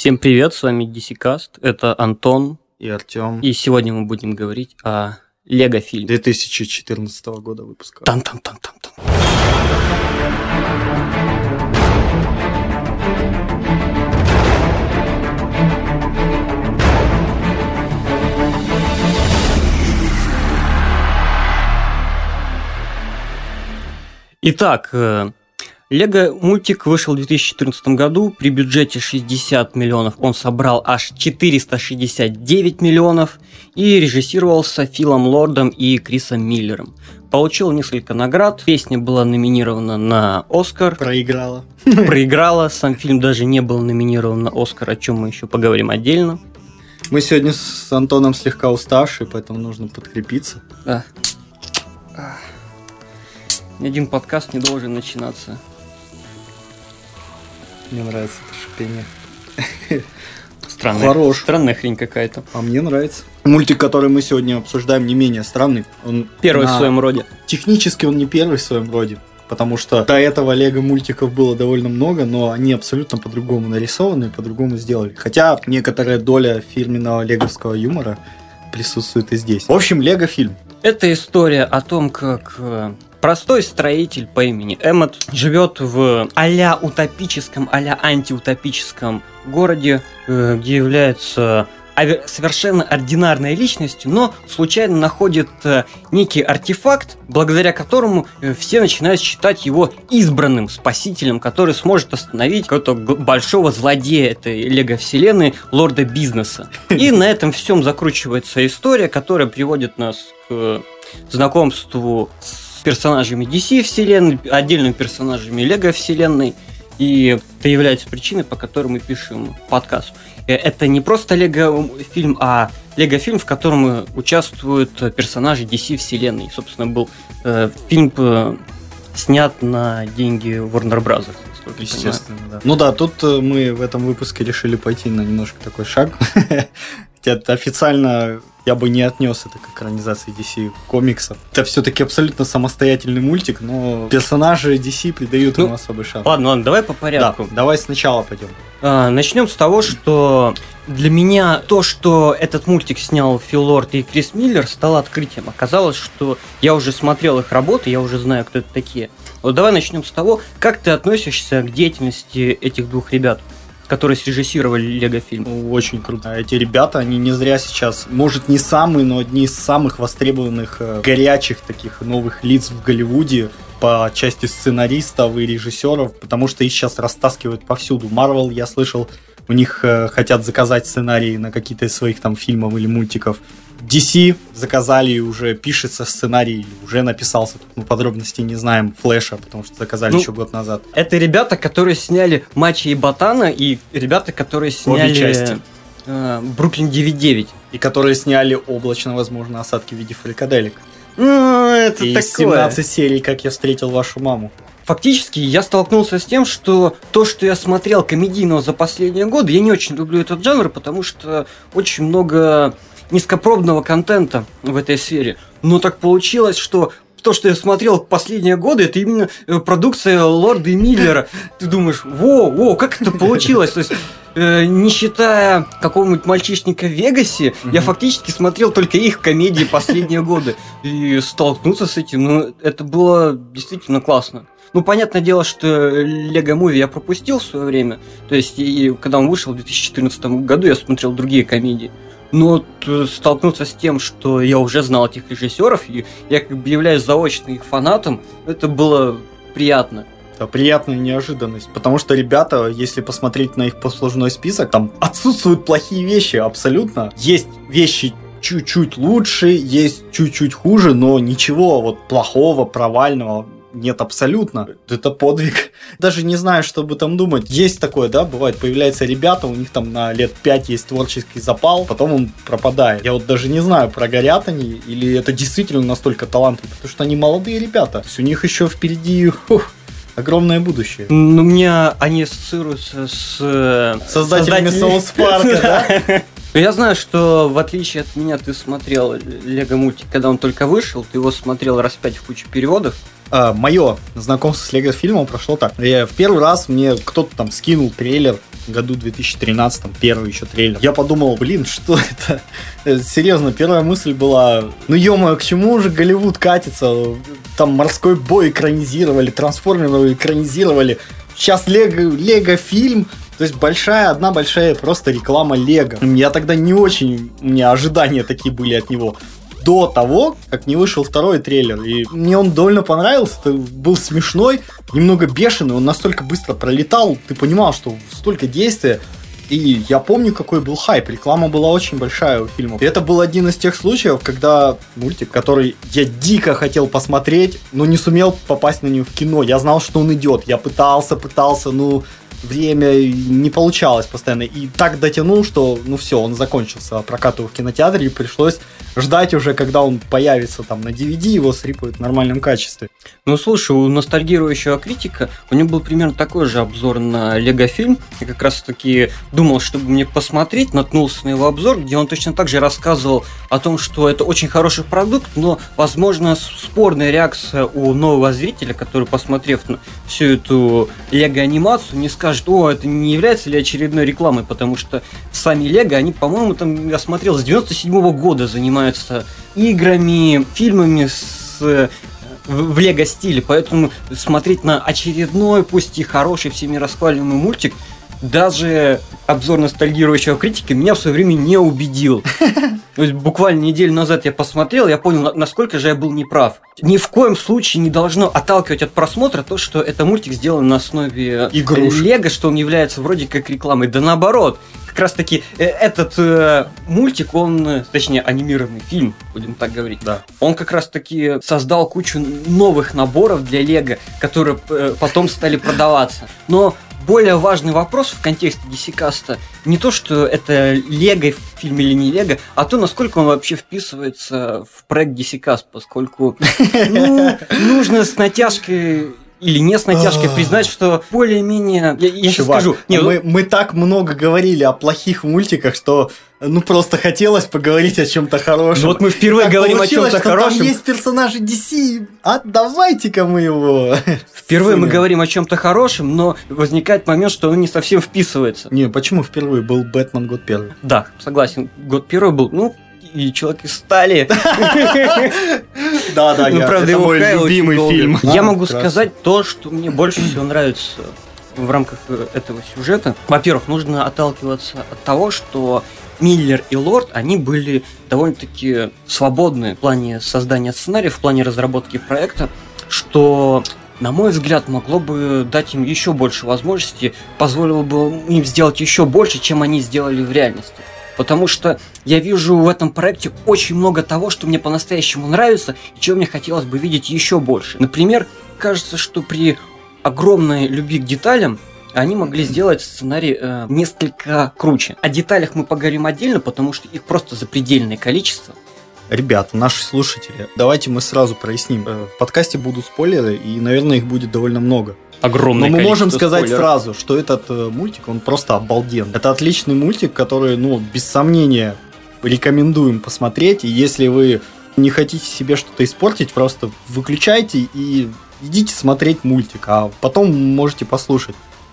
Всем привет, с вами DCCast, это Антон и Артём. И сегодня мы будем говорить о Лего-фильме 2014 года выпуска. Тан-тан-тан-тан-тан. Итак, Лего-мультик вышел в 2014 году, при бюджете 60 миллионов он собрал аж 469 миллионов и режиссировался Филом Лордом и Крисом Миллером. Получил несколько наград, песня была номинирована на Оскар. Проиграла, сам фильм даже не был номинирован на Оскар, о чем мы еще поговорим отдельно. Мы сегодня с Антоном слегка уставшие, поэтому нужно подкрепиться. Да. Ни один подкаст не должен начинаться. Мне нравится это шипение. Странная хрень какая-то. А мне нравится. Мультик, который мы сегодня обсуждаем, не менее странный. Он первый в своем роде. Технически он не первый в своем роде, потому что до этого Лего мультиков было довольно много, но они абсолютно по-другому нарисованы, по-другому сделали. Хотя некоторая доля фирменного леговского юмора присутствует и здесь. В общем, Лего фильм. Это история о том, как простой строитель по имени Эммет живет в а-ля утопическом, а-ля антиутопическом городе, где является совершенно ординарной личностью, но случайно находит некий артефакт, благодаря которому все начинают считать его избранным спасителем, который сможет остановить какого-то большого злодея этой лего-вселенной, лорда бизнеса. И на этом всем закручивается история, которая приводит нас к знакомству с персонажами DC-вселенной, отдельными персонажами Лего-вселенной. И это является причиной, по которой мы пишем подкаст. Это не просто Лего-фильм, а Лего-фильм, в котором участвуют персонажи DC-вселенной. Собственно, был фильм снят на деньги Warner Bros. Естественно, да. Ну да, тут мы в этом выпуске решили пойти на немножко такой шаг. Хотя официально я бы не отнес это к экранизации DC комиксов. Это все-таки абсолютно самостоятельный мультик, но персонажи DC придают ему особый шанс. Ладно, давай по порядку. Да, давай сначала пойдем. Начнем с того, что для меня то, что этот мультик снял Фил Лорд и Крис Миллер, стало открытием. Оказалось, что я уже смотрел их работы, я уже знаю, кто это такие. Вот давай начнем с того, как ты относишься к деятельности этих двух ребят, которые срежиссировали Лего-фильм. Очень круто. Эти ребята, они не зря сейчас, может, не самые, но одни из самых востребованных, горячих таких новых лиц в Голливуде по части сценаристов и режиссеров, потому что их сейчас растаскивают повсюду. Marvel, я слышал, у них хотят заказать сценарии на какие-то из своих там фильмов или мультиков. DC заказали, и уже пишется сценарий, уже написался. Тут мы подробностей не знаем. Флэша, потому что заказали еще год назад. Это ребята, которые сняли Мачо и Ботана, и ребята, которые сняли части. Бруклин 9.9. И которые сняли облачно, возможно, осадки в виде фрикаделек. Это и такое. 17 серий, как я встретил вашу маму. Фактически я столкнулся с тем, что то, что я смотрел комедийного за последние годы, я не очень люблю этот жанр, потому что очень много низкопробного контента в этой сфере. Но так получилось, что то, что я смотрел последние годы, это именно продукция Лорда и Миллера. Ты думаешь, как это получилось? То есть, не считая какого-нибудь мальчишника в Вегасе, я фактически смотрел только их комедии последние годы. И столкнуться с этим, это было действительно классно. Понятное дело, что Лего-муви я пропустил в свое время. То есть, когда он вышел в 2014 году, я смотрел другие комедии. Но столкнуться с тем, что я уже знал этих режиссеров, и я как бы являюсь заочно их фанатом, это было приятно. Это приятная неожиданность, потому что ребята, если посмотреть на их послужной список, там отсутствуют плохие вещи абсолютно. Есть вещи чуть-чуть лучше, есть чуть-чуть хуже, но ничего вот плохого, провального нет абсолютно. Это подвиг. Даже не знаю, что об этом думать. Есть такое, да, бывает, появляются ребята, у них там на лет 5 есть творческий запал, потом он пропадает. Я вот даже не знаю, прогорят они, или это действительно настолько талантливо, потому что они молодые ребята. То есть у них еще впереди огромное будущее. У меня они ассоциируются с создателями Соус Парка, да? Я знаю, что в отличие от меня ты смотрел Лего-мультик, когда он только вышел, ты его смотрел раз 5 в кучу переводов. Мое знакомство с Лего-фильмом прошло так. В первый раз мне кто-то там скинул трейлер году 2013, первый еще трейлер. Я подумал, что это? Серьезно, первая мысль была, ё-моё, к чему уже Голливуд катится? Там морской бой экранизировали, трансформеры экранизировали. Сейчас Лего-фильм. То есть одна большая просто реклама Лего. Я тогда не очень, у меня ожидания такие были от него. До того, как не вышел второй трейлер. И мне он довольно понравился. Был смешной, немного бешеный. Он настолько быстро пролетал. Ты понимал, что столько действия. И я помню, какой был хайп. Реклама была очень большая у фильма. И это был один из тех случаев, когда мультик, который я дико хотел посмотреть, но не сумел попасть на него в кино. Я знал, что он идет. Я пытался, время не получалось постоянно. И так дотянул, что, все, он закончился. Прокат его в кинотеатре, и пришлось ждать уже, когда он появится там на DVD, его срипают в нормальном качестве. Слушай, у ностальгирующего критика, у него был примерно такой же обзор на Лего-фильм. Я как раз таки думал, чтобы мне посмотреть, наткнулся на его обзор, где он точно так же рассказывал о том, что это очень хороший продукт, но, возможно, спорная реакция у нового зрителя, который, посмотрев на всю эту Лего-анимацию, не скажет: о, это не является ли очередной рекламой, потому что сами Лего, они, по-моему, там, я смотрел, с 97-го года занимаются играми, фильмами в Лего-стиле, поэтому смотреть на очередной, пусть и хороший, всеми расхваливаемый мультик, даже обзор ностальгирующего критика меня в свое время не убедил. То есть буквально неделю назад я посмотрел, я понял, насколько же я был неправ. Ни в коем случае не должно отталкивать от просмотра то, что это мультик сделан на основе Лего, что он является вроде как рекламой. Да наоборот. Как раз таки этот мультик, точнее анимированный фильм, будем так говорить, да. Он как раз таки создал кучу новых наборов для Лего, которые потом стали продаваться. Но более важный вопрос в контексте DC-каста не то, что это Лего фильм или не Лего, а то, насколько он вообще вписывается в проект DC-каст, поскольку нужно с натяжкой или не с натяжкой признать, что более-менее... Я сейчас скажу. Мы так много говорили о плохих мультиках, что просто хотелось поговорить о чем-то хорошем. Вот мы впервые говорим о чем-то хорошем. Там есть персонажи DC, отдавайте-ка мы его. Впервые мы говорим о чем-то хорошем, но возникает момент, что он не совсем вписывается. Не, почему впервые? Был Бэтмен год первый. Да, согласен. Год первый был, и Человек из стали. Да, это мой любимый фильм. Я могу сказать то, что мне больше всего нравится в рамках этого сюжета. Во-первых, нужно отталкиваться от того, что Миллер и Лорд, они были довольно-таки свободны в плане создания сценариев, в плане разработки проекта, что, на мой взгляд, могло бы дать им еще больше возможностей, позволило бы им сделать еще больше, чем они сделали в реальности. Потому что я вижу в этом проекте очень много того, что мне по-настоящему нравится, и чего мне хотелось бы видеть еще больше. Например, кажется, что при огромной любви к деталям они могли сделать сценарий несколько круче. О деталях мы поговорим отдельно, потому что их просто запредельное количество. Ребята, наши слушатели, давайте мы сразу проясним. В подкасте будут спойлеры, и, наверное, их будет довольно много. Огромное количество. Но мы можем сказать спойлеров. сразу, что этот мультик, он просто обалденный. Это отличный мультик, который, без сомнения, рекомендуем посмотреть. И если вы не хотите себе что-то испортить, просто выключайте и идите смотреть мультик, а потом можете послушать.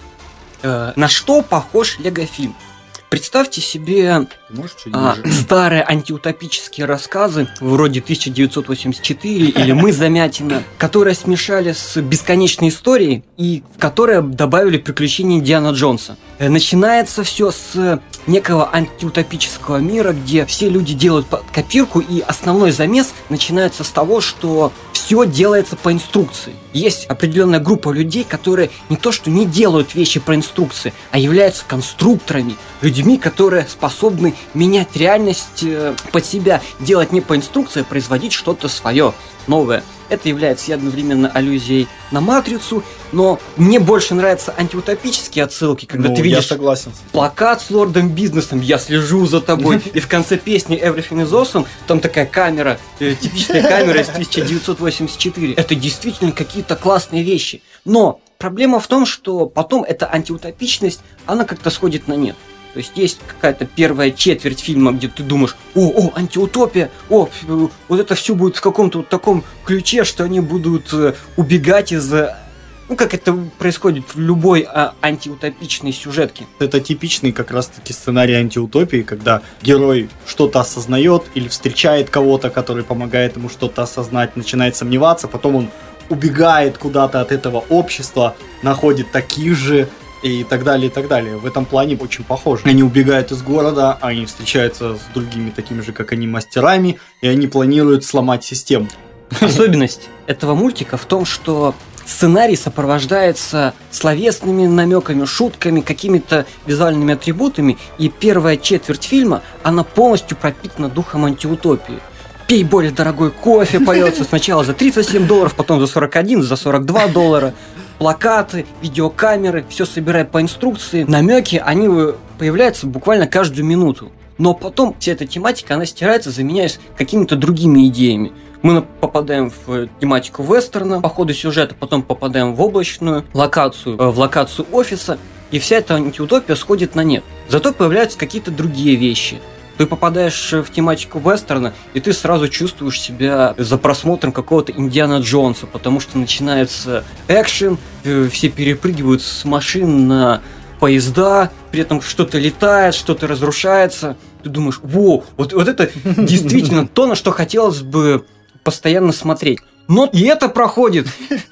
На что похож Лего-фильм? Представьте себе старые антиутопические рассказы вроде 1984 или «Мы Замятина», которые смешали с бесконечной историей и в которые добавили приключения Индиана Джонса. Начинается все с некого антиутопического мира, где все люди делают копирку, и основной замес начинается с того, что все делается по инструкции. Есть определенная группа людей, которые не то что не делают вещи по инструкции, а являются конструкторами, людьми, которые способны менять реальность под себя, делать не по инструкции, а производить что-то свое, новое. Это является одновременно аллюзией на «Матрицу», но мне больше нравятся антиутопические отсылки, когда ты видишь плакат с лордом Бизнесом, я слежу за тобой, и в конце песни Everything is Awesome там такая камера, типичная камера из 1984. Это действительно какие-то классные вещи. Но проблема в том, что потом эта антиутопичность, она как-то сходит на нет. То есть есть какая-то первая четверть фильма, где ты думаешь: о, антиутопия, вот это все будет в каком-то вот таком ключе, что они будут убегать из Ну, как это происходит в любой антиутопичной сюжетке. Это типичный как раз-таки сценарий антиутопии, когда герой что-то осознает или встречает кого-то, который помогает ему что-то осознать, начинает сомневаться, потом он убегает куда-то от этого общества, находит таких же и так далее, и так далее. В этом плане очень похоже. Они убегают из города, они встречаются с другими такими же, как они, мастерами, и они планируют сломать систему. Особенность этого мультика в том, что сценарий сопровождается словесными намеками, шутками, какими-то визуальными атрибутами, и первая четверть фильма, она полностью пропитана духом антиутопии. Пей более дорогой кофе поется сначала за $37, потом за 41, за $42. Плакаты, видеокамеры, все собирая по инструкции. Намеки, они появляются буквально каждую минуту. Но потом вся эта тематика, она стирается, заменяясь какими-то другими идеями. Мы попадаем в тематику вестерна по ходу сюжета, потом попадаем в облачную локацию, в локацию офиса, и вся эта антиутопия сходит на нет. Зато появляются какие-то другие вещи. Ты попадаешь в тематику вестерна, и ты сразу чувствуешь себя за просмотром какого-то Индиана Джонса, потому что начинается экшен, все перепрыгивают с машин на поезда, при этом что-то летает, что-то разрушается. Ты думаешь, вот это действительно то, на что хотелось бы постоянно смотреть. Но и это проходит.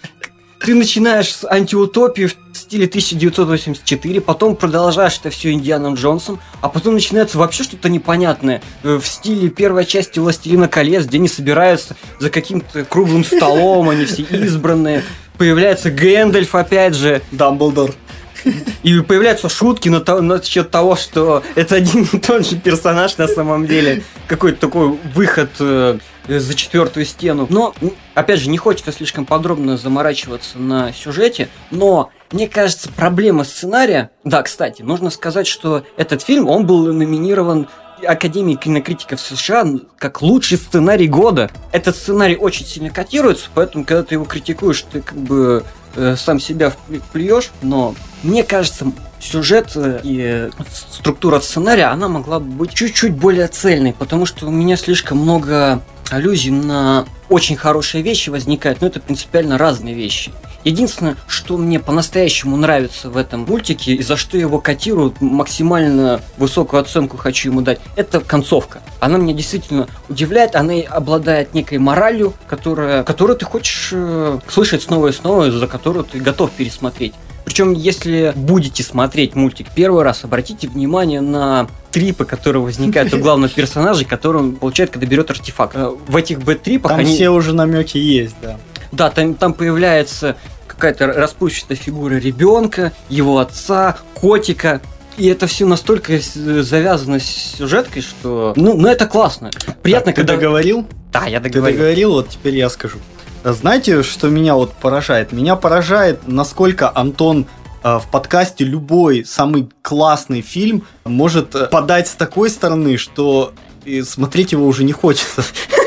Ты начинаешь с антиутопии в стиле 1984, потом продолжаешь это все Индианом Джонсом, а потом начинается вообще что-то непонятное в стиле первой части «Властелина колец», где они собираются за каким-то круглым столом, они все избранные. Появляется Гэндальф опять же. Дамблдор. И появляются шутки насчет того, что это один и тот же персонаж на самом деле. Какой-то такой выход за четвертую стену. Но, опять же, не хочется слишком подробно заморачиваться на сюжете, но мне кажется, проблема сценария... Да, кстати, нужно сказать, что этот фильм, он был номинирован Академией кинокритиков США как лучший сценарий года. Этот сценарий очень сильно котируется, поэтому, когда ты его критикуешь, ты как бы сам себя плюешь, но мне кажется, сюжет и структура сценария, она могла бы быть чуть-чуть более цельной, потому что у меня слишком много аллюзий на очень хорошие вещи возникают, но это принципиально разные вещи. Единственное, что мне по-настоящему нравится в этом мультике, и за что я его котирую, максимально высокую оценку хочу ему дать, это концовка. Она меня действительно удивляет, она обладает некой моралью, которую ты хочешь слышать снова и снова, за которую ты готов пересмотреть. Причем, если будете смотреть мультик первый раз, обратите внимание на трипы, которые возникают у главного персонажа, который он получает, когда берет артефакт. В этих бэт-трипах там все уже намеки есть, да. Да, там появляется какая-то расплывчатая фигура ребенка, его отца, котика. И это все настолько завязано с сюжеткой, что... Ну это классно. Приятно, так, когда... Ты договорил? Да, я договорил. Ты договорил, вот теперь я скажу. Знаете, что меня вот поражает? Меня поражает, насколько Антон в подкасте любой самый классный фильм может подать с такой стороны, что смотреть его уже не хочется.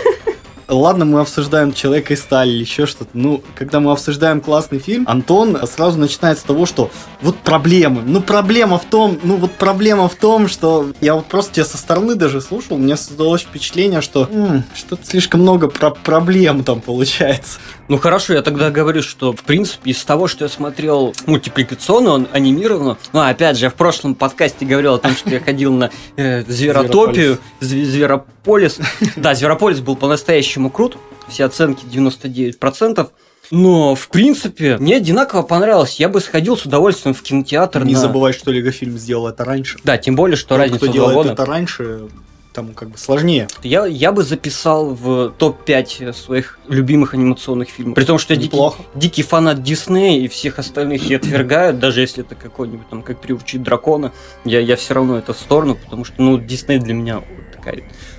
Ладно, мы обсуждаем «Человека из стали» или еще что-то. Ну, когда мы обсуждаем классный фильм, Антон сразу начинает с того, что вот проблемы. Проблема в том, что я вот просто тебя со стороны даже слушал, мне создалось впечатление, что что-то слишком много проблем там получается. Ну хорошо, я тогда говорю, что в принципе из того, что я смотрел мультипликационно, анимированно, опять же, я в прошлом подкасте говорил о том, что я ходил на Зверотопию, Зверополис. Да, Зверополис был по-настоящему крут, все оценки 99%. Но, в принципе, мне одинаково понравилось. Я бы сходил с удовольствием в кинотеатр. Не забывай, что Лего-фильм сделал это раньше. Да, тем более, что разница в 2 года. Кто делает это раньше, тому как бы сложнее. Я бы записал в топ-5 своих любимых анимационных фильмов. При том, что я дикий фанат Диснея, и всех остальных я отвергаю, даже если это какой-нибудь там, как «Приручить дракона», я все равно это в сторону, потому что, Дисней для меня такая...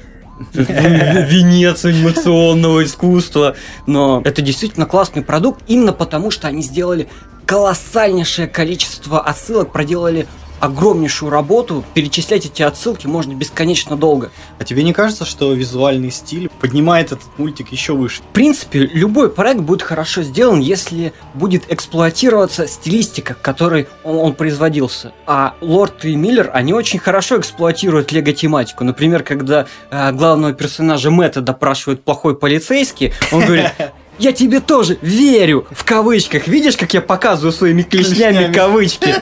венец анимационного искусства. Но это действительно классный продукт, именно потому, что они сделали колоссальнейшее количество отсылок, проделали огромнейшую работу. Перечислять эти отсылки можно бесконечно долго. А тебе не кажется, что визуальный стиль поднимает этот мультик еще выше? В принципе, любой проект будет хорошо сделан, если будет эксплуатироваться стилистика, к которой он производился. А Лорд и Миллер, они очень хорошо эксплуатируют лего-тематику. Например, когда главного персонажа Мэтта допрашивает плохой полицейский, он говорит... Я тебе тоже верю, в кавычках. Видишь, как я показываю своими клешнями кавычки?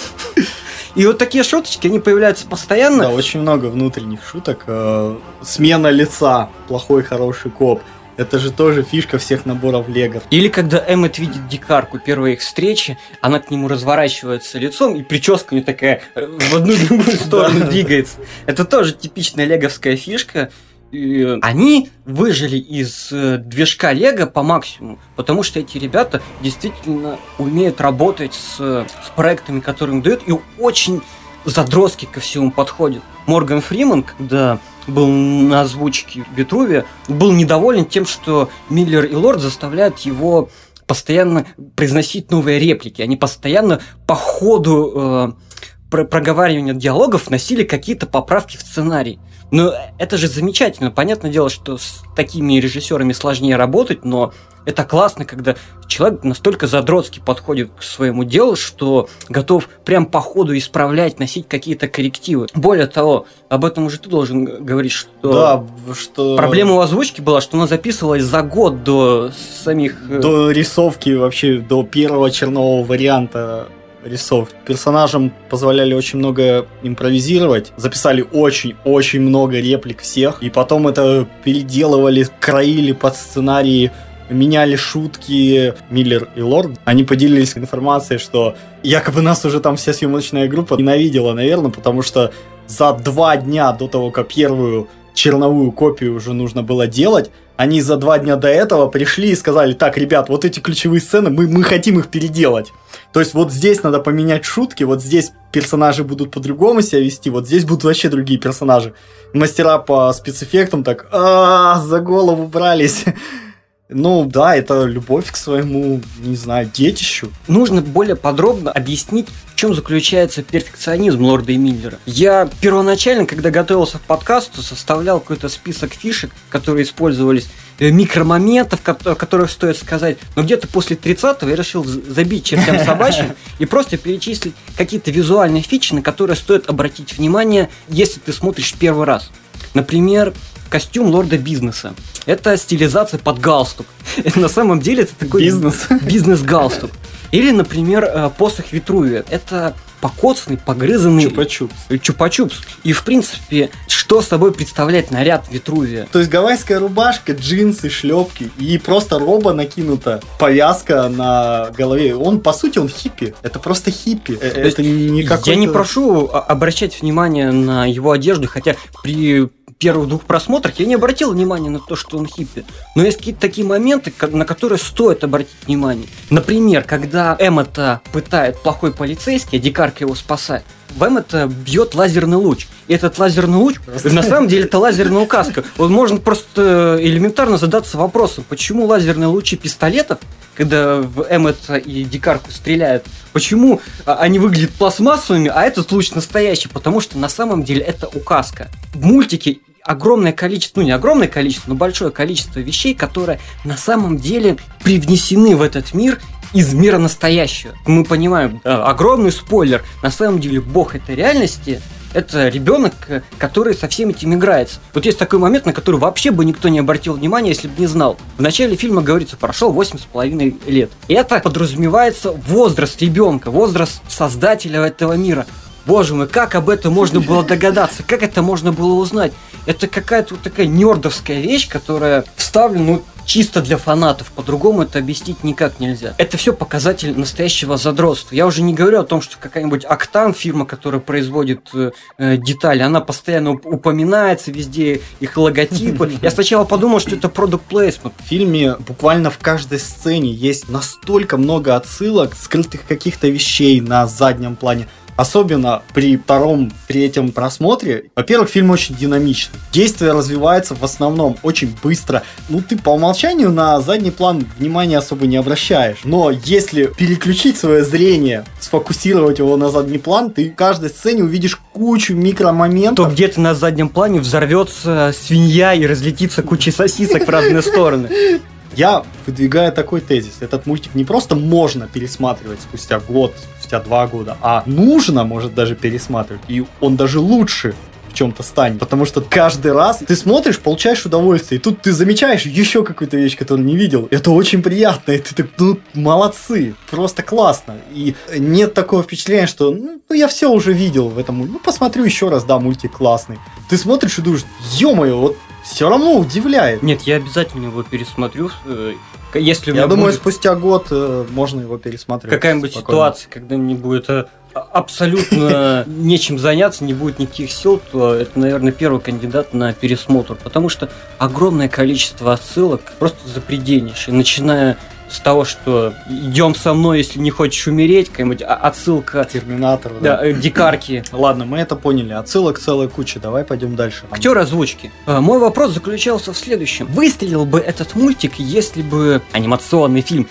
И вот такие шуточки, они появляются постоянно. Да, очень много внутренних шуток. Смена лица, плохой, хороший коп. Это же тоже фишка всех наборов Лего. Или когда Эммет видит дикарку, первой их встречи, она к нему разворачивается лицом, и прическа у нее такая в одну и другую сторону двигается. Это тоже типичная леговская фишка. И они выжили из движка Лего по максимуму, потому что эти ребята действительно умеют работать с проектами, которые им дают, и очень задротски ко всему подходят. Морган Фриман, когда был на озвучке Витрувия, был недоволен тем, что Миллер и Лорд заставляют его постоянно произносить новые реплики. Они постоянно по ходу проговаривания диалогов вносили какие-то поправки в сценарий. Но это же замечательно. Понятное дело, что с такими режиссерами сложнее работать, но это классно, когда человек настолько задротски подходит к своему делу, что готов прям по ходу исправлять, носить какие-то коррективы. Более того, об этом уже ты должен говорить, что, что... проблема у озвучки была, что она записывалась за год до самих... До рисовки вообще, до первого чернового варианта рисовки. Персонажам позволяли очень много импровизировать, записали очень-очень много реплик всех, и потом это переделывали, краили под сценарии, меняли шутки. Миллер и Лорд, они поделились информацией, что якобы нас уже там вся съемочная группа ненавидела, наверное, потому что за 2 дня до того, как первую черновую копию уже нужно было делать, они за 2 дня до этого пришли и сказали: так, ребят, вот эти ключевые сцены, мы хотим их переделать. То есть вот здесь надо поменять шутки, вот здесь персонажи будут по-другому себя вести, вот здесь будут вообще другие персонажи. Мастера по спецэффектам так за голову брались. Ну да, это любовь к своему, не знаю, детищу. Нужно более подробно объяснить, в чем заключается перфекционизм Лорда и Миллера. Я первоначально, когда готовился к подкасту, составлял какой-то список фишек, которые использовались, микромоментов, о которых стоит сказать, но где-то после 30-го я решил забить чертям собачьим и просто перечислить какие-то визуальные фичи, на которые стоит обратить внимание, если ты смотришь первый раз. Например, костюм лорда бизнеса. Это стилизация под галстук. На самом деле это такой бизнес-галстук. Или, например, посох Витрувия. Это покоцанный, погрызанный чупа-чупс. И, в принципе, что собой представляет наряд Витрувия? То есть гавайская рубашка, джинсы, шлепки и просто роба накинута, повязка на голове. Он, по сути, он хиппи. Это просто хиппи. Это не какой-то... Я не прошу обращать внимание на его одежду, хотя при первых 2 просмотрах я не обратил внимания на то, что он хиппи. Но есть какие-то такие моменты, на которые стоит обратить внимание. Например, когда Эммета пытает плохой полицейский, а дикарка его спасает, в Эммета бьет лазерный луч. И этот лазерный луч, на самом деле, это лазерная указка. Вот можно просто элементарно задаться вопросом, почему лазерные лучи пистолетов, когда в Эммета и дикарку стреляют, почему они выглядят пластмассовыми, а этот луч настоящий? Потому что на самом деле это указка. В мультике огромное количество, ну не огромное количество, но большое количество вещей, которые на самом деле привнесены в этот мир из мира настоящего. Мы понимаем, огромный спойлер, на самом деле бог этой реальности — это ребенок, который со всем этим играется. Вот есть такой момент, на который вообще бы никто не обратил внимания, если бы не знал. В начале фильма говорится, прошел 8,5 лет. И это подразумевается возраст ребенка, возраст создателя этого мира. Боже мой, как об этом можно было догадаться, как это можно было узнать? Это какая-то вот такая нердовская вещь, которая вставлена чисто для фанатов, по-другому это объяснить никак нельзя. Это все показатель настоящего задротства. Я уже не говорю о том, что какая-нибудь Октан, фирма, которая производит детали, она постоянно упоминается везде, их логотипы. Я сначала подумал, что это product placement. В фильме буквально в каждой сцене есть настолько много отсылок, скрытых каких-то вещей на заднем плане. Особенно при 2-3 просмотре. Во-первых, фильм очень динамичный. Действие развивается в основном очень быстро. Ну, ты по умолчанию на задний план внимания особо не обращаешь. Но если переключить свое зрение, сфокусировать его на задний план, ты в каждой сцене увидишь кучу микромоментов. То где-то на заднем плане взорвется свинья и разлетится куча сосисок в разные стороны. Я выдвигаю такой тезис. Этот мультик не просто можно пересматривать спустя год, спустя 2 года, а нужно, может, даже пересматривать. И он даже лучше. В чем-то станет. Потому что каждый раз ты смотришь, получаешь удовольствие, и тут ты замечаешь еще какую-то вещь, которую не видел. Это очень приятно, и ты так, молодцы, просто классно. И нет такого впечатления, что я все уже видел в этом. Посмотрю еще раз, да, мультик классный. Ты смотришь и думаешь, ё-моё, вот все равно удивляет. Нет, я обязательно его пересмотрю. Если я думаю, спустя год можно его пересмотреть. Какая-нибудь ситуация, когда мне будет абсолютно нечем заняться, не будет никаких сил, то это, наверное, первый кандидат на пересмотр. Потому что огромное количество отсылок просто запредельнейшее. Начиная с того, что идем со мной, если не хочешь умереть, какая-нибудь отсылка Терминатор, да, дикарки. Ладно, мы это поняли. Отсылок целая куча. Давай пойдем дальше. Актер озвучки. Мой вопрос заключался в следующем. Выстрелил бы этот мультик, если бы анимационный фильм,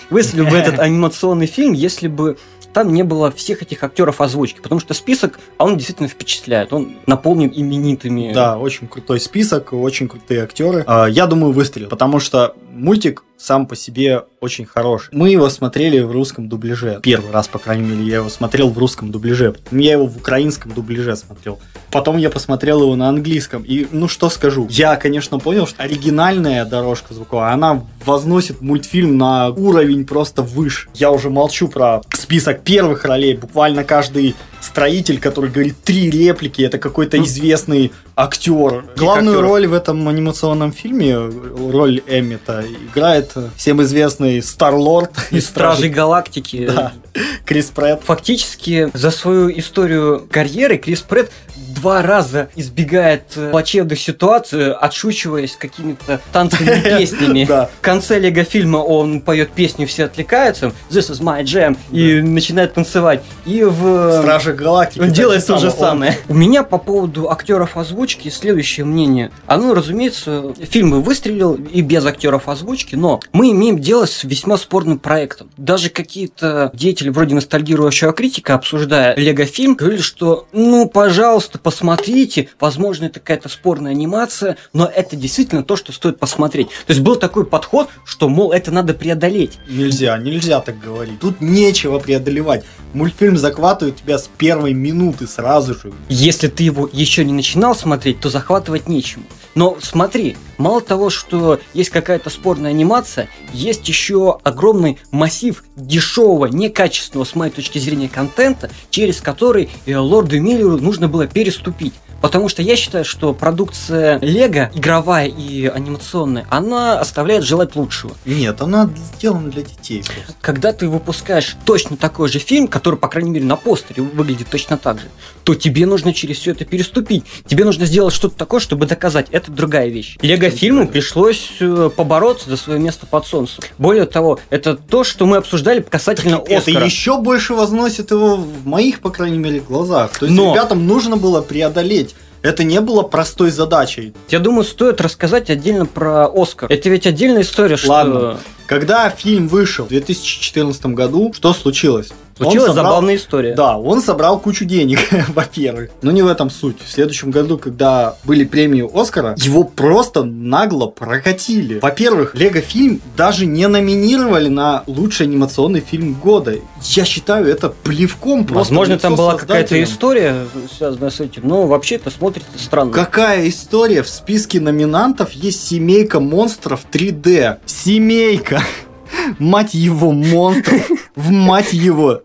если бы там не было всех этих актеров озвучки, потому что список, он действительно впечатляет, он наполнен именитыми. Да, очень крутой список, очень крутые актеры. Я думаю, выстрелил, потому что мультик сам по себе очень хороший. Мы его смотрели в русском дубляже. Первый раз, по крайней мере, я его смотрел в русском дубляже. Я его в украинском дубляже смотрел. Потом я посмотрел его на английском. И, что скажу. Я, конечно, понял, что оригинальная дорожка звуковая, она возносит мультфильм на уровень просто выше. Я уже молчу про список первых ролей. Буквально каждый строитель, который говорит 3 реплики, это какой-то известный актер. Главную роль в этом анимационном фильме, роль Эммета, играет всем известный Стар-Лорд из Стражей Галактики. Да, Крис Претт. Фактически за свою историю карьеры Крис Претт 2 раза избегает плачевных ситуаций, отшучиваясь какими-то танцевыми песнями. В конце Лего-фильма он поет песню, все отвлекаются, This is my jam, и начинает танцевать. И в Стражах Галактики он делает то же самое. У меня по поводу актеров озвучки следующее мнение. Разумеется, фильм выстрелил и без актеров озвучки, но мы имеем дело с весьма спорным проектом. Даже какие-то деятели вроде ностальгирующего критика, обсуждая Лего-фильм, говорили, что пожалуйста, посмотрите, возможно, это какая-то спорная анимация, но это действительно то, что стоит посмотреть. То есть был такой подход, что, мол, это надо преодолеть. Нельзя так говорить. Тут нечего преодолевать. Мультфильм захватывает тебя с первой минуты сразу же. Если ты его еще не начинал смотреть, то захватывать нечему. Но смотри, мало того, что есть какая-то спорная анимация, есть еще огромный массив дешевого, некачественного, с моей точки зрения, контента, через который лорду Миллеру нужно было переступить. Потому что я считаю, что продукция Лего, игровая и анимационная, она оставляет желать лучшего. Нет, она сделана для детей просто. Когда ты выпускаешь точно такой же фильм, который, по крайней мере, на постере выглядит точно так же, то тебе нужно через все это переступить. Тебе нужно сделать что-то такое, чтобы доказать, это другая вещь. Лего-фильму пришлось побороться за свое место под солнцем. Более того, это то, что мы обсуждали касательно Оскара. Это еще больше возносит его в моих, по крайней мере, глазах. То есть ребятам нужно было преодолеть. Это не было простой задачей. Я думаю, стоит рассказать отдельно про Оскар. Это ведь отдельная история, что... Ладно. Когда фильм вышел в 2014 году, что случилось? Случилась забавная история. Да, он собрал кучу денег, во-первых. Но не в этом суть. В следующем году, когда были премии Оскара, его просто нагло прокатили. Во-первых, Лего-фильм даже не номинировали на лучший анимационный фильм года. Я считаю это плевком просто. Возможно, там была какая-то история, связанная с этим, но вообще это смотрится странно. Какая история? В списке номинантов есть семейка монстров 3D. Семейка! Мать его, монстров! В мать его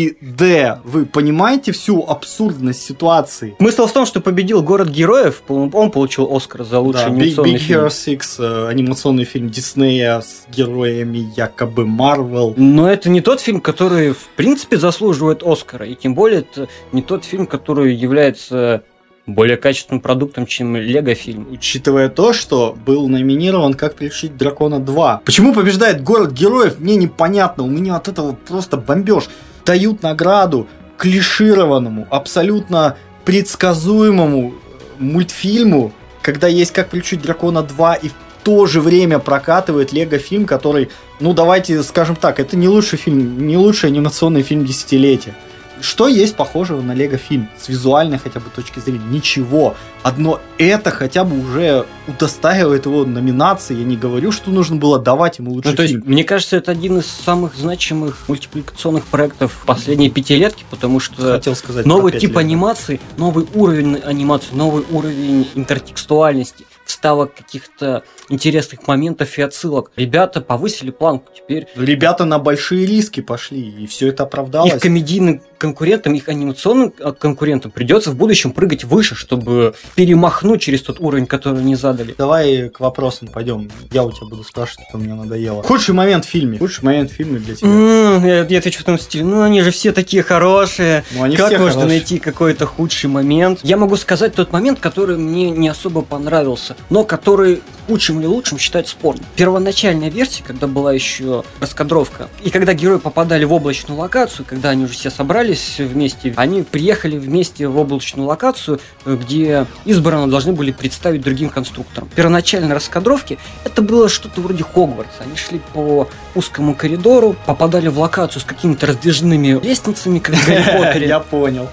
3D. Вы понимаете всю абсурдность ситуации? Смысл в том, что победил «Город героев», он получил Оскар за лучший анимационный фильм. Big Hero 6, анимационный фильм Диснея с героями якобы Marvel. Но это не тот фильм, который в принципе заслуживает Оскара, и тем более это не тот фильм, который является более качественным продуктом, чем Лего-фильм. Учитывая то, что был номинирован «Как приручить дракона 2». Почему побеждает «Город героев», мне непонятно. У меня от этого просто бомбеж. Дают награду клишированному, абсолютно предсказуемому мультфильму, когда есть «Как приручить дракона 2», и в то же время прокатывает Лего-фильм, который, давайте скажем так, это не лучший фильм, не лучший анимационный фильм десятилетия. Что есть похожего на Лего-фильм? С визуальной хотя бы точки зрения. Ничего. Одно это хотя бы уже удостаивает его номинации. Я не говорю, что нужно было давать ему лучший то есть, фильм. мне кажется, это один из самых значимых мультипликационных проектов последней пятилетки, потому что Хотел сказать новый про тип 5 лет. анимации, новый уровень анимации, новый уровень интертекстуальности, вставок каких-то интересных моментов и отсылок. Ребята повысили планку теперь. Ребята на большие риски пошли, и все это оправдалось. Их комедийным конкурентам, их анимационным конкурентам придется в будущем прыгать выше, чтобы перемахнуть через тот уровень, который они задали. Давай к вопросам пойдем. Я у тебя буду спрашивать, что мне надоело. Худший момент в фильме. Худший момент в фильме для тебя. Я отвечу в том стиле, они же все такие хорошие. Ну, они как все можно хорошие. найти какой-то худший момент? Я могу сказать тот момент, который мне не особо понравился, но который худшим или лучшим считать спорным. Первоначальная версия, когда была еще раскадровка, и когда герои попадали в облачную локацию, когда они уже все собрались вместе, они приехали вместе в облачную локацию, где избранные должны были представить другим конструкторам. В первоначальной раскадровке это было что-то вроде Хогвартса. Они шли по узкому коридору, попадали в локацию с какими-то раздвижными лестницами, как в Гарри Поттере. Я понял.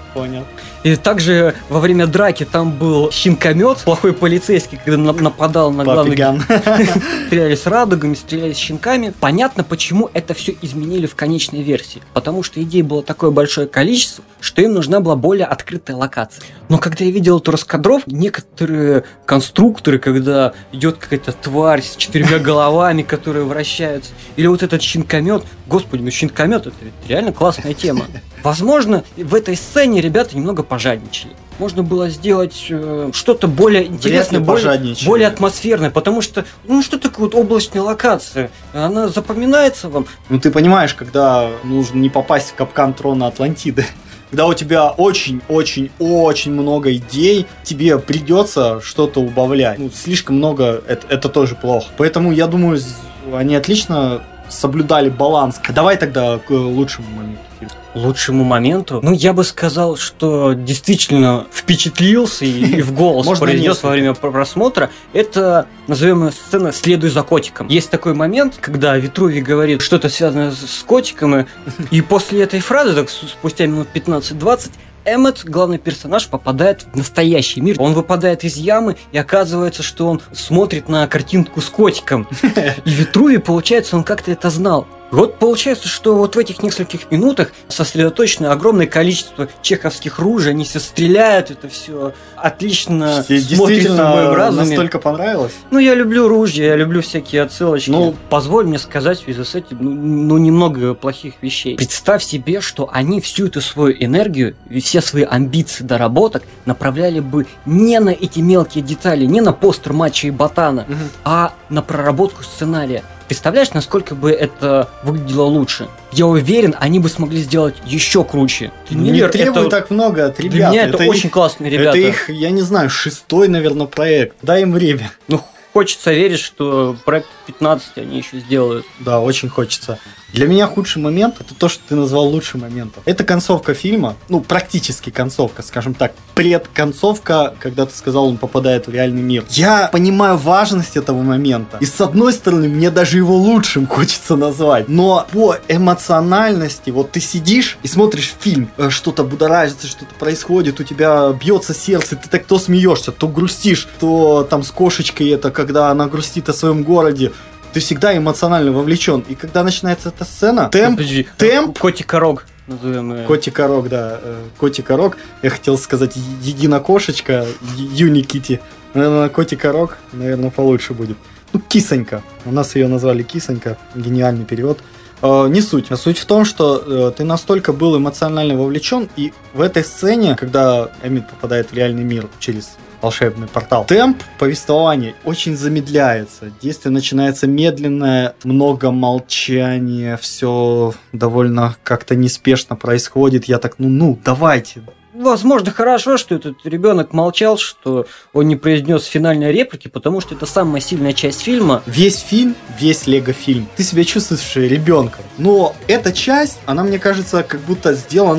И также во время драки там был щенкомет, плохой полицейский, когда нападал на главных, стреляли с радугами, стреляли с щенками. Понятно, почему это все изменили в конечной версии. Потому что идей было такое большое количество, что им нужна была более открытая локация. Но когда я видел эту раскадровку, некоторые конструкторы, когда идет какая-то тварь с 4 головами, которые вращаются, или вот этот щенкомет, господи, щенкомет — это ведь реально классная тема. Возможно, в этой сцене ребята немного пожадничали. Можно было сделать что-то более интересное, более атмосферное, потому что, что такое вот облачная локация? Она запоминается вам. Ты понимаешь, когда нужно не попасть в капкан трона Атлантиды, когда у тебя очень-очень-очень много идей, тебе придется что-то убавлять. Слишком много, это тоже плохо. Поэтому, я думаю, они отлично соблюдали баланс. Давай тогда к лучшему моменту фильма. Лучшему моменту? Я бы сказал, что действительно впечатлился и в голос произнес во время просмотра. Это, назовем ее сцена «Следуй за котиком». Есть такой момент, когда Витрувий говорит что-то связанное с котиком, и после этой фразы, так, спустя минут 15-20, Эммет, главный персонаж, попадает в настоящий мир. Он выпадает из ямы, и оказывается, что он смотрит на картинку с котиком. И Витрувий, получается, он как-то это знал. Вот получается, что вот в этих нескольких минутах сосредоточено огромное количество чеховских ружей, они все стреляют, это все отлично смотрится в моем разуме. Настолько понравилось? Я люблю ружья, я люблю всякие отсылочки. Позволь мне сказать в связи с этим, немного плохих вещей. Представь себе, что они всю эту свою энергию, все свои амбиции доработок направляли бы не на эти мелкие детали, не на постер Мачо и Ботана, а на проработку сценария. Представляешь, насколько бы это выглядело лучше? Я уверен, они бы смогли сделать еще круче. Не требуй так много от ребят. Для меня это очень классные ребята. Это их, я не знаю, 6-й, наверное, проект. Дай им время. Хочется верить, что проект 15 они еще сделают. Да, очень хочется. Для меня худший момент — это то, что ты назвал лучшим моментом. Это концовка фильма, практически концовка, скажем так, предконцовка, когда ты сказал, он попадает в реальный мир. Я понимаю важность этого момента, и с одной стороны, мне даже его лучшим хочется назвать, но по эмоциональности, вот ты сидишь и смотришь фильм, что-то будоражится, что-то происходит, у тебя бьется сердце, ты так то смеешься, то грустишь, то там с кошечкой это, когда она грустит о своем городе, ты всегда эмоционально вовлечен. И когда начинается эта сцена, темп... Котик-корог назовем. Котик-корог, да. Котик-корог. Я хотел сказать единокошечка, Юникити. Наверное, котик-корог, наверное, получше будет. Кисонька. У нас ее назвали Кисонька. Гениальный перевод. Не суть. Суть в том, что ты настолько был эмоционально вовлечен, и в этой сцене, когда Эммет попадает в реальный мир через волшебный портал, темп повествования очень замедляется. Действие начинается медленное, много молчания, все довольно как-то неспешно происходит. Я так, давайте. Возможно, хорошо, что этот ребенок молчал, что он не произнес финальной реплики, потому что это самая сильная часть фильма. Весь фильм, весь Лего-фильм, ты себя чувствуешь ребенком. Но эта часть, она, мне кажется, как будто сделана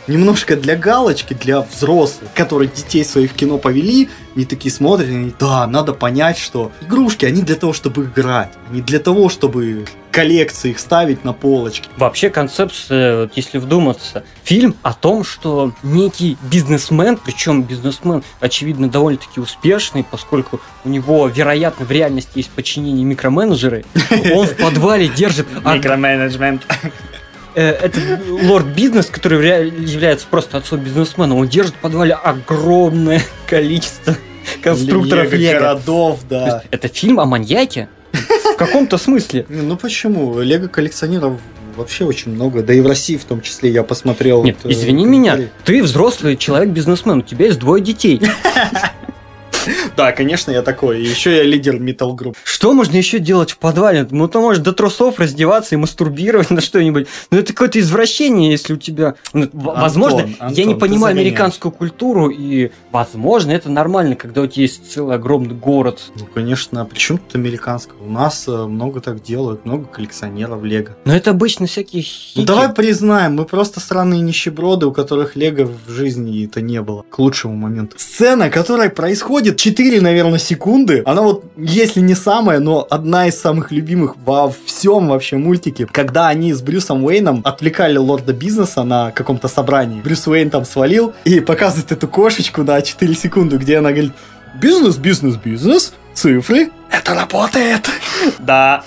немножко для галочки, для взрослых, которые детей своих в кино повели, и такие смотрят, и да, надо понять, что игрушки, они для того, чтобы играть, не для того, чтобы коллекции их ставить на полочки. Вообще концепция, вот если вдуматься, фильм о том, что некий бизнесмен, причем бизнесмен, очевидно, довольно-таки успешный, поскольку у него, вероятно, в реальности есть подчинение микроменеджеры, он в подвале держит... Микроменеджмент. Это лорд-бизнес, который является просто отцом бизнесмена, он держит в подвале огромное количество конструкторов Лего. Городов, да. То есть это фильм о маньяке? В каком-то смысле. Ну почему? Лего-коллекционеров вообще очень много, да и в России в том числе я посмотрел. Нет, извини меня, ты взрослый человек-бизнесмен, у тебя есть 2 детей. Да, конечно, я такой. И еще я лидер Metal Group. Что можно еще делать в подвале? Ну, ты можешь до трусов раздеваться и мастурбировать на что-нибудь. Ну, это какое-то извращение, если у тебя... Ну, возможно, Антон, я не понимаю американскую культуру, и, возможно, это нормально, когда у тебя есть целый огромный город. Ну, конечно, при чем тут американского? У нас много так делают, много коллекционеров Лего. Но это обычно всякие хики. Ну, давай признаем, мы просто странные нищеброды, у которых Лего в жизни это не было. К лучшему моменту. Сцена, которая происходит 4, наверное, секунды. Она вот, если не самая, но одна из самых любимых во всем вообще мультике. Когда они с Брюсом Уэйном отвлекали лорда бизнеса на каком-то собрании. Брюс Уэйн там свалил и показывает эту кошечку на 4 секунды, где она говорит: бизнес, бизнес, бизнес, цифры, это работает. Да.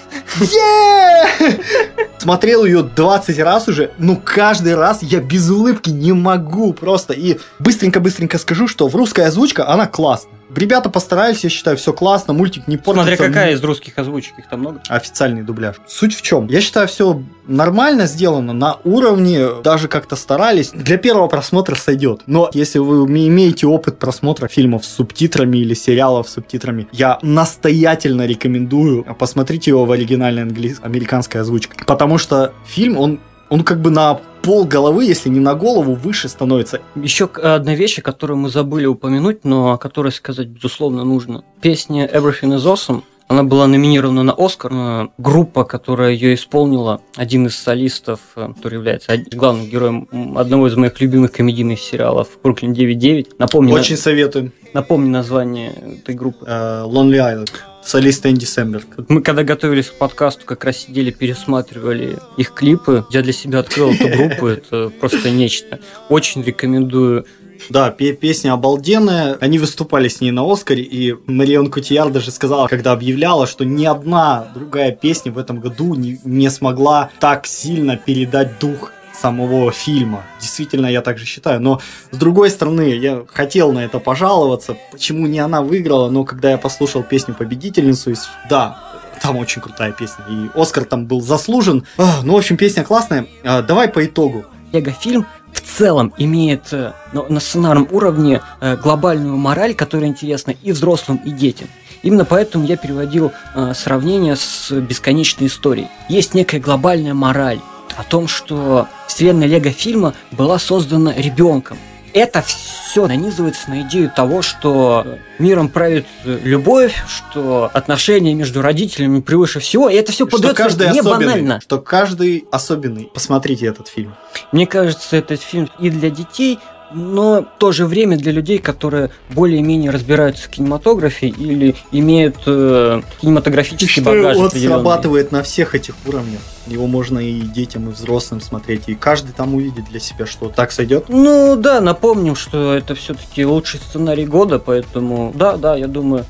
Смотрел ее 20 раз уже, но каждый раз я без улыбки не могу просто. И быстренько скажу, что в русской озвучке она классная. Ребята постарались, я считаю, все классно, мультик не портится. Смотря какая из русских озвучек, их там много. Официальный дубляж. Суть в чем? Я считаю, все нормально сделано, на уровне, даже как-то старались. Для первого просмотра сойдет. Но если вы имеете опыт просмотра фильмов с субтитрами или сериалов с субтитрами, я настоятельно рекомендую посмотреть его в оригинальной американской озвучке. Потому что фильм, он как бы на пол головы, если не на голову, выше становится. Еще одна вещь, которую мы забыли упомянуть, но о которой сказать, безусловно, нужно. Песня Everything is Awesome, она была номинирована на Оскар. Группа, которая ее исполнила, один из солистов, который является главным героем одного из моих любимых комедийных сериалов «Бруклин 9.9». Очень советуем. Напомни название этой группы. Lonely Island. Солист Энди Сэмберг. Мы когда готовились к подкасту, как раз сидели, пересматривали их клипы. Я для себя открыл эту группу, это просто нечто. Очень рекомендую. Да, песня обалденная. Они выступали с ней на Оскаре, и Марион Котийяр даже сказала, когда объявляла, что ни одна другая песня в этом году не смогла так сильно передать дух самого фильма. Действительно, я так же считаю. Но, с другой стороны, я хотел на это пожаловаться, почему не она выиграла, но когда я послушал песню-победительницу, да, там очень крутая песня, и Оскар там был заслужен. Ну, в общем, песня классная. Давай по итогу. Лего-фильм в целом имеет на сценарном уровне глобальную мораль, которая интересна и взрослым, и детям. Именно поэтому я переводил сравнение с бесконечной историей. Есть некая глобальная мораль о том, что вселенная Лего-фильма была создана ребенком. Это все нанизывается на идею того, что миром правит любовь, что отношения между родителями превыше всего, и это все подается не банально. Что каждый особенный. Посмотрите этот фильм. Мне кажется, этот фильм и для детей, но в то же время для людей, которые более-менее разбираются в кинематографе или имеют кинематографический багаж. Он срабатывает на всех этих уровнях. Его можно и детям, и взрослым смотреть, и каждый там увидит для себя, что так сойдет. Ну да, напомним, что это все-таки лучший сценарий года, поэтому да, я думаю.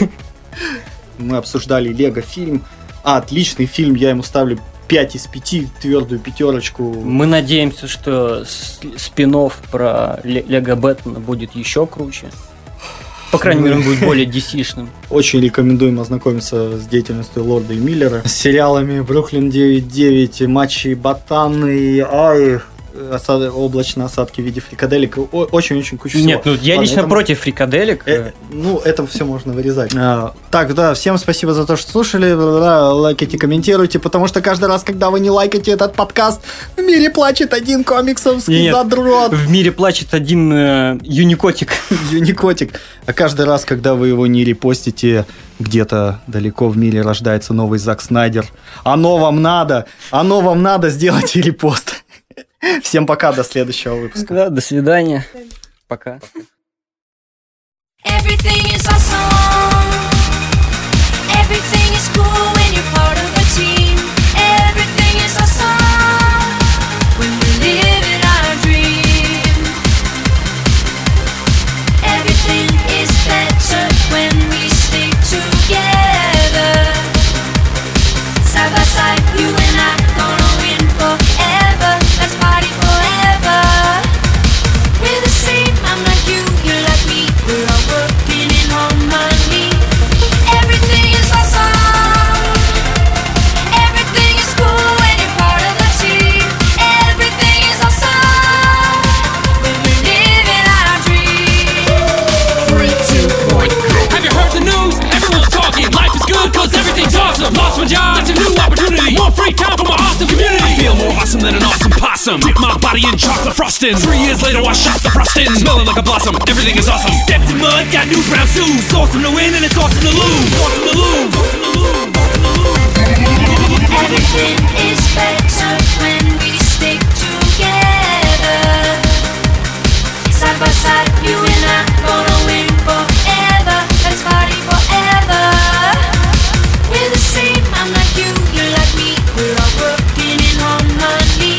Мы обсуждали Лего-фильм. Отличный фильм, я ему ставлю 5 из 5, твердую 5. Мы надеемся, что спин-офф про Лего Бэтмена будет еще круче. По крайней мере, он будет более DC-шным. Очень рекомендуем ознакомиться с деятельностью Лорда и Миллера. С сериалами «Бруклин 9.9», «Матчи Ботаны», облачные осадки в виде фрикаделек. Очень-очень куча всего. Нет, ну я лично против фрикаделек. Это все можно вырезать. Так, да, всем спасибо за то, что слушали. Лайкайте, комментируйте, потому что каждый раз, когда вы не лайкаете этот подкаст, в мире плачет один комиксовский задрот. В мире плачет один юникотик. Юникотик. А каждый раз, когда вы его не репостите, где-то далеко в мире рождается новый Зак Снайдер. Оно вам надо сделать репост. Всем пока, до следующего выпуска. Да, до свидания. Пока. Everything is awesome. Everything is cool when you're part of a team. Everything is awesome when we're living our dream. Everything is better when we stick together. Side by side, you and I gonna win forever. Let's party forever. We're the same, I'm like you, you're like me. We're all working in harmony. Everything is awesome. Everything is cool when you're part of the team. Everything is awesome when we're living our dream. 3, 2, 1, go. Have you heard the news? Everyone's talking. Life is good cause everything's awesome. Lost my job, that's a new opportunity. More free time for my awesome community. I feel more awesome than an awesome possum. Dip my body in chocolate frosting. 3 years later I shot the frosting. Smelling like a blossom, everything is awesome. Stepped in mud, got new brown shoes. Awesome to win and it's awesome to lose. Awesome to lose. Awesome to lose. Everything is better when we stick together. Side by side, you and I gonna win forever. Let's party forever. We're the same, I'm like you, you're like me. We're all working in harmony.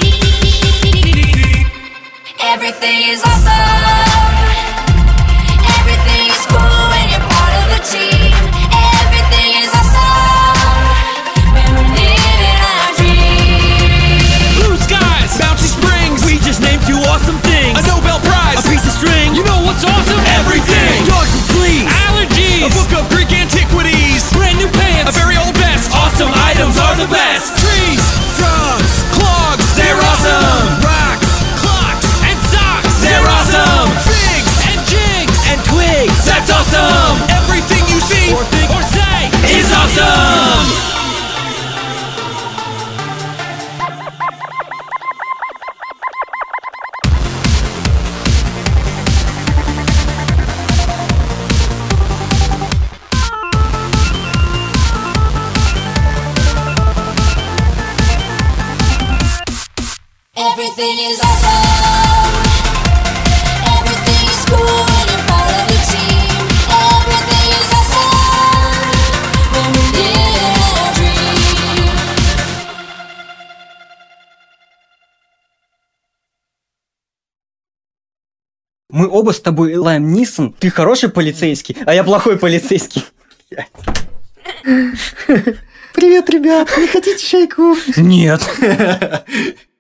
Everything is awesome. Everything is cool when you're part of the team. Everything is awesome when we're living our dream. Blue skies, bouncy springs. We just named 2 awesome things. A Nobel Prize, a piece of string. You know what's awesome? Everything. Dogs and fleas, allergies, a book of Greek antiquities, brand new pants, a very old vest. Awesome items are the best. Trees, frogs, clogs, they're awesome. Rocks, clocks, and socks, they're awesome. Figs and jigs and twigs, that's awesome. Everything you see or think or say is awesome. Everything is awesome. Everything is cool when you're part of the team. Everything is awesome when we're living our dream. Мы оба с тобой Лайм Нисон. Ты хороший полицейский, а я плохой полицейский. Привет, ребят, не хотите чайку? Нет.